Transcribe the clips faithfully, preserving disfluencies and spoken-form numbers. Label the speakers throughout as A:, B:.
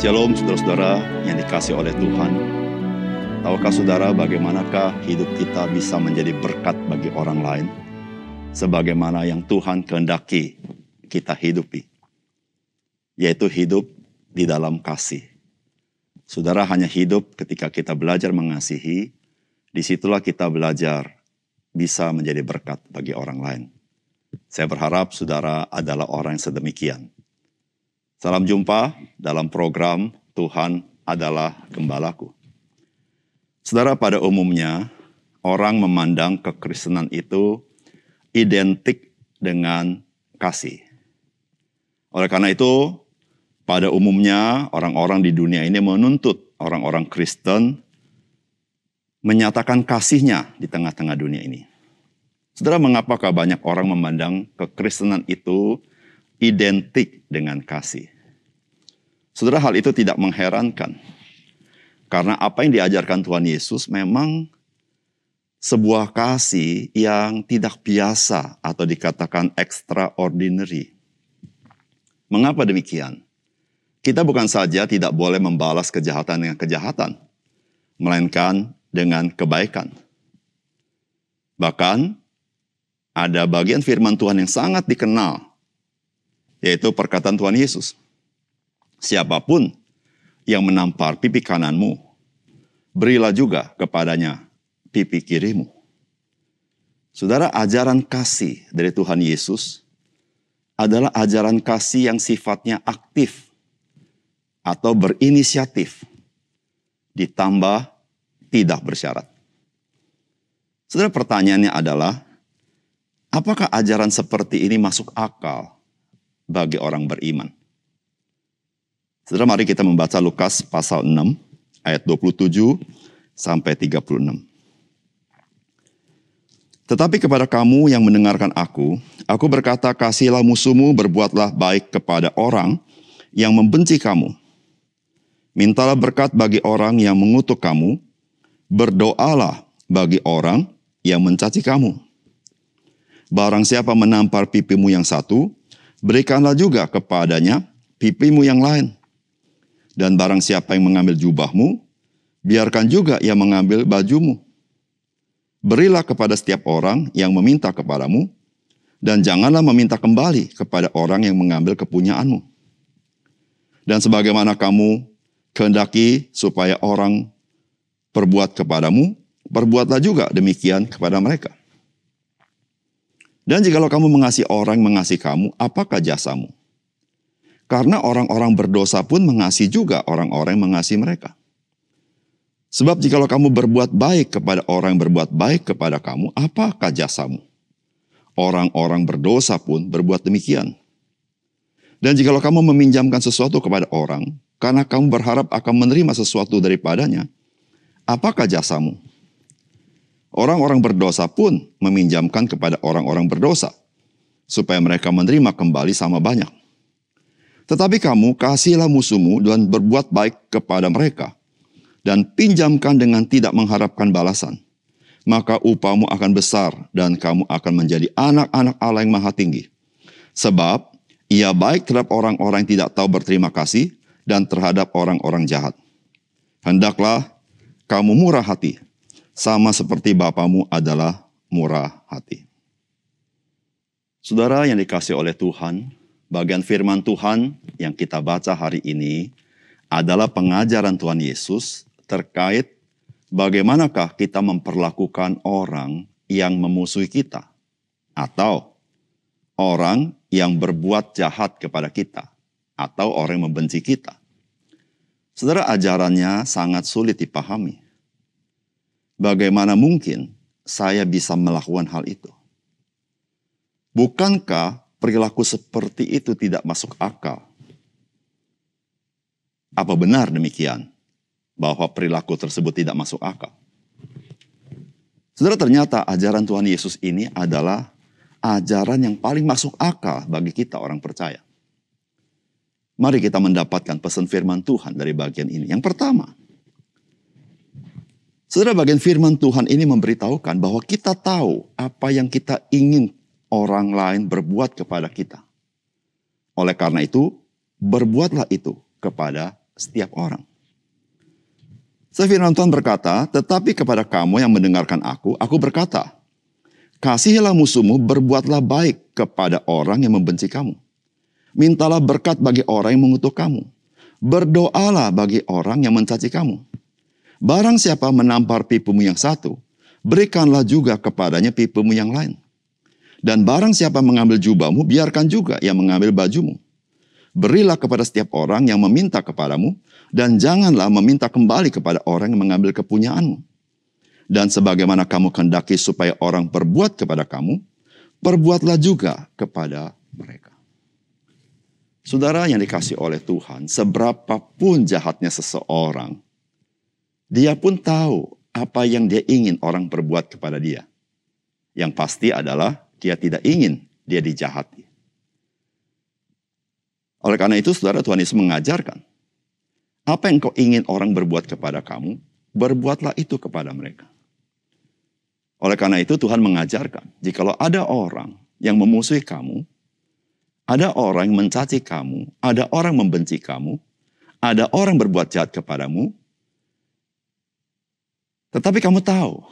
A: Shalom saudara-saudara yang dikasihi oleh Tuhan. Tahukah saudara bagaimanakah hidup kita bisa menjadi berkat bagi orang lain? Sebagaimana yang Tuhan kehendaki kita hidupi. Yaitu hidup di dalam kasih. Saudara hanya hidup ketika kita belajar mengasihi. Disitulah kita belajar bisa menjadi berkat bagi orang lain. Saya berharap saudara adalah orang yang sedemikian. Salam jumpa dalam program Tuhan adalah Gembalaku. Saudara, pada umumnya orang memandang kekristenan itu identik dengan kasih. Oleh karena itu, pada umumnya orang-orang di dunia ini menuntut orang-orang Kristen menyatakan kasihnya di tengah-tengah dunia ini. Saudara, mengapakah banyak orang memandang kekristenan itu identik dengan kasih? Saudara, hal itu tidak mengherankan. Karena apa yang diajarkan Tuhan Yesus memang sebuah kasih yang tidak biasa atau dikatakan extraordinary. Mengapa demikian? Kita bukan saja tidak boleh membalas kejahatan dengan kejahatan, melainkan dengan kebaikan. Bahkan ada bagian firman Tuhan yang sangat dikenal, yaitu perkataan Tuhan Yesus. Siapapun yang menampar pipi kananmu, berilah juga kepadanya pipi kirimu. Saudara, ajaran kasih dari Tuhan Yesus adalah ajaran kasih yang sifatnya aktif atau berinisiatif, ditambah tidak bersyarat. Saudara, pertanyaannya adalah, apakah ajaran seperti ini masuk akal bagi orang beriman? Saudara, mari kita membaca Lukas pasal enam ayat dua puluh tujuh sampai tiga puluh enam. Tetapi kepada kamu yang mendengarkan aku, aku berkata, kasihilah musuhmu, berbuatlah baik kepada orang yang membenci kamu. Mintalah berkat bagi orang yang mengutuk kamu, berdoalah bagi orang yang mencaci kamu. Barang siapa menampar pipimu yang satu, berikanlah juga kepadanya pipimu yang lain. Dan barang siapa yang mengambil jubahmu, biarkan juga ia mengambil bajumu. Berilah kepada setiap orang yang meminta kepadamu, dan janganlah meminta kembali kepada orang yang mengambil kepunyaanmu. Dan sebagaimana kamu kehendaki supaya orang perbuat kepadamu, perbuatlah juga demikian kepada mereka. Dan jikalau kamu mengasihi orang yang mengasihi kamu, apakah jasamu? Karena orang-orang berdosa pun mengasihi juga orang-orang yang mengasihi mereka. Sebab jikalau kamu berbuat baik kepada orang yang berbuat baik kepada kamu, apakah jasamu? Orang-orang berdosa pun berbuat demikian. Dan jikalau kamu meminjamkan sesuatu kepada orang, karena kamu berharap akan menerima sesuatu daripadanya, apakah jasamu? Orang-orang berdosa pun meminjamkan kepada orang-orang berdosa, supaya mereka menerima kembali sama banyak. Tetapi kamu kasihilah musuhmu dan berbuat baik kepada mereka, dan pinjamkan dengan tidak mengharapkan balasan. Maka upahmu akan besar, dan kamu akan menjadi anak-anak Allah yang maha tinggi. Sebab ia baik terhadap orang-orang yang tidak tahu berterima kasih, dan terhadap orang-orang jahat. Hendaklah kamu murah hati, sama seperti Bapamu adalah murah hati. Saudara yang dikasihi oleh Tuhan, bagian firman Tuhan yang kita baca hari ini adalah pengajaran Tuhan Yesus terkait bagaimanakah kita memperlakukan orang yang memusuhi kita atau orang yang berbuat jahat kepada kita atau orang yang membenci kita. Saudara, ajarannya sangat sulit dipahami. Bagaimana mungkin saya bisa melakukan hal itu? Bukankah perilaku seperti itu tidak masuk akal? Apa benar demikian? Bahwa perilaku tersebut tidak masuk akal? Saudara, ternyata ajaran Tuhan Yesus ini adalah ajaran yang paling masuk akal bagi kita orang percaya. Mari kita mendapatkan pesan firman Tuhan dari bagian ini. Yang pertama, saudara, bagian firman Tuhan ini memberitahukan bahwa kita tahu apa yang kita ingin orang lain berbuat kepada kita. Oleh karena itu, berbuatlah itu kepada setiap orang. Firman Tuhan berkata, tetapi kepada kamu yang mendengarkan aku, aku berkata, kasihilah musuhmu, berbuatlah baik kepada orang yang membenci kamu. Mintalah berkat bagi orang yang mengutuk kamu. Berdoalah bagi orang yang mencaci kamu. Barang siapa menampar pipimu yang satu, berikanlah juga kepadanya pipimu yang lain. Dan barang siapa mengambil jubahmu, biarkan juga yang mengambil bajumu. Berilah kepada setiap orang yang meminta kepadamu, dan janganlah meminta kembali kepada orang yang mengambil kepunyaanmu. Dan sebagaimana kamu kehendaki supaya orang berbuat kepada kamu, perbuatlah juga kepada mereka. Saudara yang dikasihi oleh Tuhan, seberapapun jahatnya seseorang, dia pun tahu apa yang dia ingin orang berbuat kepada dia. Yang pasti adalah dia tidak ingin dia dijahati. Oleh karena itu, saudara, Tuhan Yesus mengajarkan, apa yang kau ingin orang berbuat kepada kamu, berbuatlah itu kepada mereka. Oleh karena itu, Tuhan mengajarkan, jikalau ada orang yang memusuhi kamu, ada orang yang mencaci kamu, ada orang membenci kamu, ada orang berbuat jahat kepadamu, tetapi kamu tahu,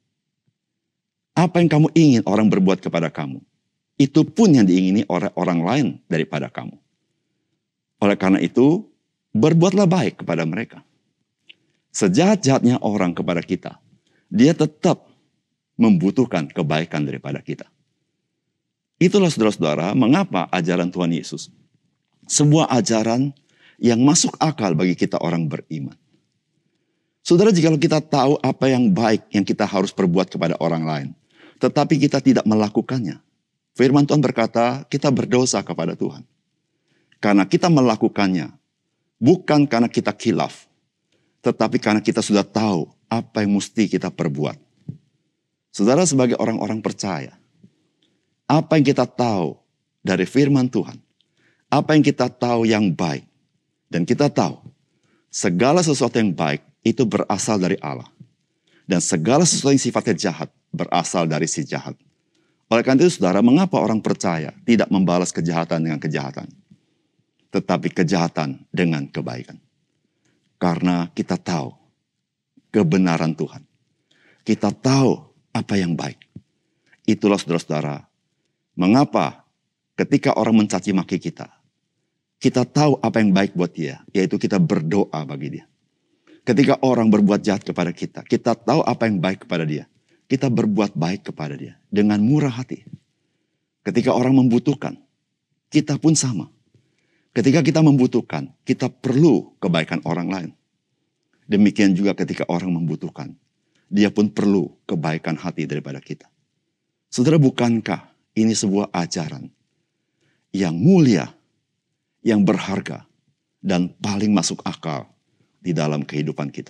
A: apa yang kamu ingin orang berbuat kepada kamu, itu pun yang diingini oleh orang lain daripada kamu. Oleh karena itu, berbuatlah baik kepada mereka. Sejahat-jahatnya orang kepada kita, dia tetap membutuhkan kebaikan daripada kita. Itulah saudara-saudara, mengapa ajaran Tuhan Yesus, sebuah ajaran yang masuk akal bagi kita orang beriman. Saudara, jika kita tahu apa yang baik yang kita harus perbuat kepada orang lain, tetapi kita tidak melakukannya, firman Tuhan berkata, kita berdosa kepada Tuhan. Karena kita melakukannya, bukan karena kita khilaf, tetapi karena kita sudah tahu apa yang mesti kita perbuat. Saudara, sebagai orang-orang percaya, apa yang kita tahu dari firman Tuhan, apa yang kita tahu yang baik, dan kita tahu segala sesuatu yang baik itu berasal dari Allah. Dan segala sesuatu yang sifatnya jahat berasal dari si jahat. Oleh karena itu, saudara, mengapa orang percaya tidak membalas kejahatan dengan kejahatan, tetapi kejahatan dengan kebaikan? Karena kita tahu kebenaran Tuhan. Kita tahu apa yang baik. Itulah saudara-saudara, mengapa ketika orang mencaci maki kita, kita tahu apa yang baik buat dia, yaitu kita berdoa bagi dia. Ketika orang berbuat jahat kepada kita, kita tahu apa yang baik kepada dia. Kita berbuat baik kepada dia dengan murah hati. Ketika orang membutuhkan, kita pun sama. Ketika kita membutuhkan, kita perlu kebaikan orang lain. Demikian juga ketika orang membutuhkan, dia pun perlu kebaikan hati daripada kita. Saudara, bukankah ini sebuah ajaran yang mulia, yang berharga, dan paling masuk akal di dalam kehidupan kita?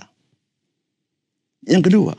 A: Yang kedua,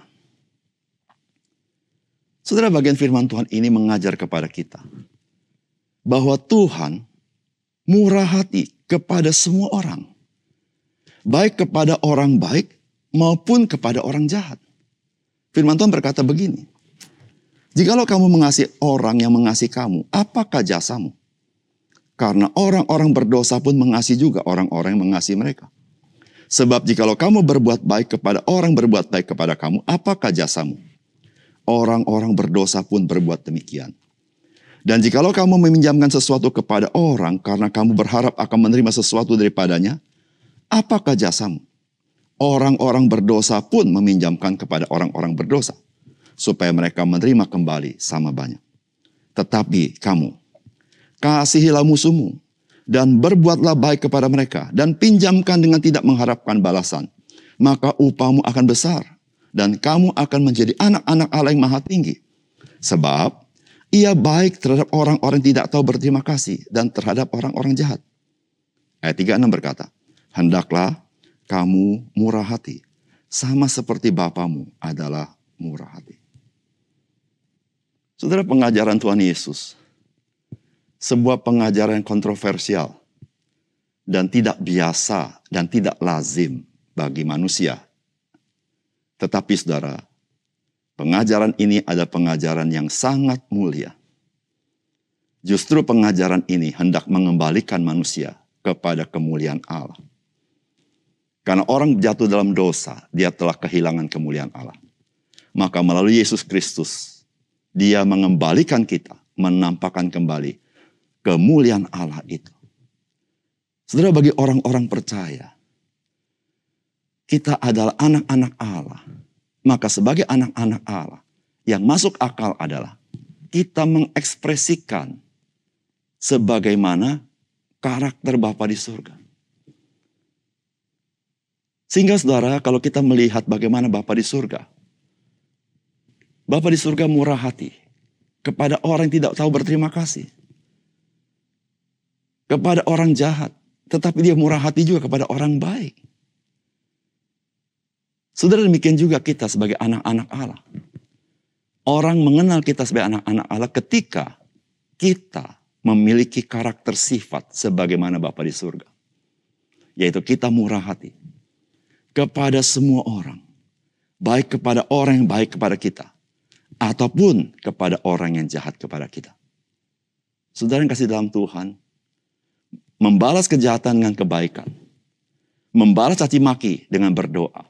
A: saudara, bagian firman Tuhan ini mengajar kepada kita bahwa Tuhan murah hati kepada semua orang. Baik kepada orang baik maupun kepada orang jahat. Firman Tuhan berkata begini, jikalau kamu mengasihi orang yang mengasihi kamu, apakah jasamu? Karena orang-orang berdosa pun mengasihi juga orang-orang yang mengasihi mereka. Sebab jikalau kamu berbuat baik kepada orang berbuat baik kepada kamu, apakah jasamu? Orang-orang berdosa pun berbuat demikian. Dan jikalau kamu meminjamkan sesuatu kepada orang karena kamu berharap akan menerima sesuatu daripadanya, apakah jasamu? Orang-orang berdosa pun meminjamkan kepada orang-orang berdosa, supaya mereka menerima kembali sama banyak. Tetapi kamu, kasihilah musuhmu, dan berbuatlah baik kepada mereka, dan pinjamkan dengan tidak mengharapkan balasan. Maka upahmu akan besar, dan kamu akan menjadi anak-anak Allah yang maha tinggi. Sebab ia baik terhadap orang-orang yang tidak tahu berterima kasih, dan terhadap orang-orang jahat. Ayat tiga puluh enam berkata, hendaklah kamu murah hati, sama seperti Bapamu adalah murah hati. Saudara, pengajaran Tuhan Yesus, sebuah pengajaran yang kontroversial, dan tidak biasa, dan tidak lazim bagi manusia. Tetapi saudara, pengajaran ini adalah pengajaran yang sangat mulia. Justru pengajaran ini hendak mengembalikan manusia kepada kemuliaan Allah. Karena orang jatuh dalam dosa, dia telah kehilangan kemuliaan Allah. Maka melalui Yesus Kristus, dia mengembalikan kita, menampakkan kembali kemuliaan Allah itu. Saudara, bagi orang-orang percaya, kita adalah anak-anak Allah. Maka sebagai anak-anak Allah, yang masuk akal adalah kita mengekspresikan sebagaimana karakter Bapa di surga. Sehingga saudara, kalau kita melihat bagaimana Bapa di surga, Bapa di surga murah hati kepada orang yang tidak tahu berterima kasih. Kepada orang jahat, tetapi dia murah hati juga kepada orang baik. Saudara, demikian juga kita sebagai anak-anak Allah. Orang mengenal kita sebagai anak-anak Allah ketika kita memiliki karakter sifat sebagaimana Bapa di surga. Yaitu kita murah hati kepada semua orang. Baik kepada orang yang baik kepada kita. Ataupun kepada orang yang jahat kepada kita. Saudara yang kasih dalam Tuhan, membalas kejahatan dengan kebaikan. Membalas caci maki dengan berdoa.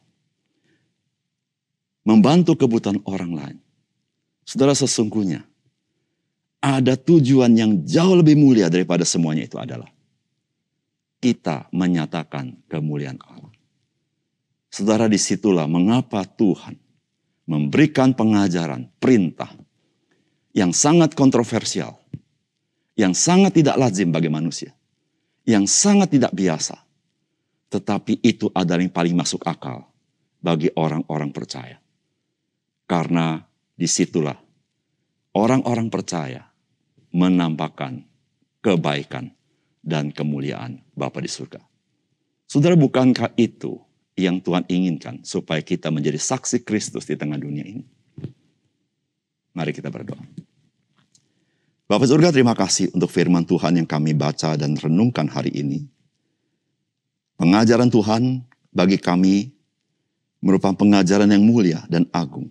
A: Membantu kebutuhan orang lain. Saudara, sesungguhnya ada tujuan yang jauh lebih mulia daripada semuanya itu adalah kita menyatakan kemuliaan Allah. Saudara, disitulah mengapa Tuhan memberikan pengajaran, perintah yang sangat kontroversial, yang sangat tidak lazim bagi manusia, yang sangat tidak biasa, tetapi itu adalah yang paling masuk akal bagi orang-orang percaya. Karena disitulah orang-orang percaya menampakkan kebaikan dan kemuliaan Bapa di surga. Saudara, bukankah itu yang Tuhan inginkan supaya kita menjadi saksi Kristus di tengah dunia ini? Mari kita berdoa. Bapa surga, terima kasih untuk firman Tuhan yang kami baca dan renungkan hari ini. Pengajaran Tuhan bagi kami merupakan pengajaran yang mulia dan agung.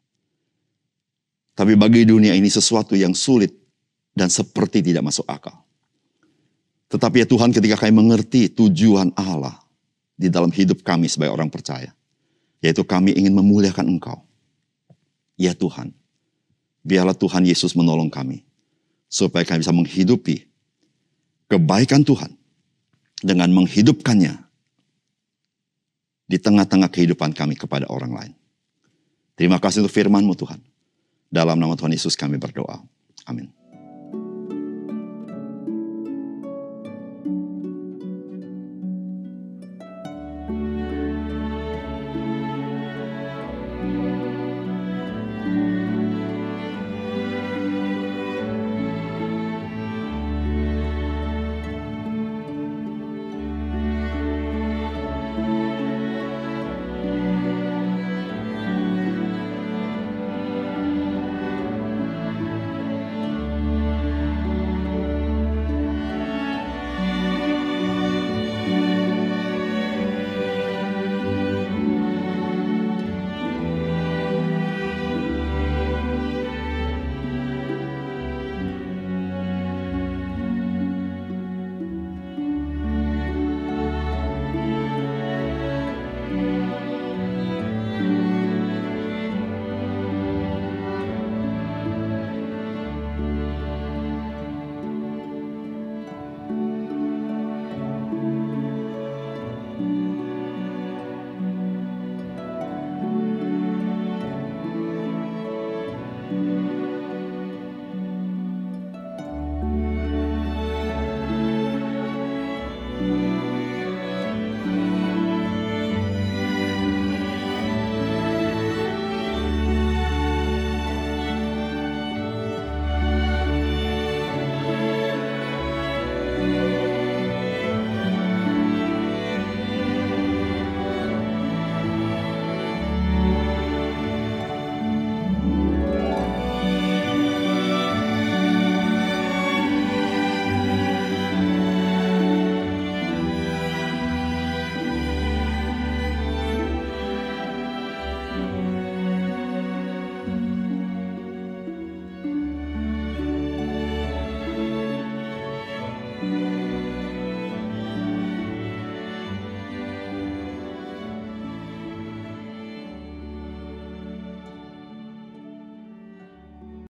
A: Tapi bagi dunia ini sesuatu yang sulit dan seperti tidak masuk akal. Tetapi ya Tuhan, ketika kami mengerti tujuan Allah di dalam hidup kami sebagai orang percaya, yaitu kami ingin memuliakan Engkau. Ya Tuhan, biarlah Tuhan Yesus menolong kami, supaya kami bisa menghidupi kebaikan Tuhan dengan menghidupkannya di tengah-tengah kehidupan kami kepada orang lain. Terima kasih untuk firman-Mu Tuhan. Dalam nama Tuhan Yesus kami berdoa.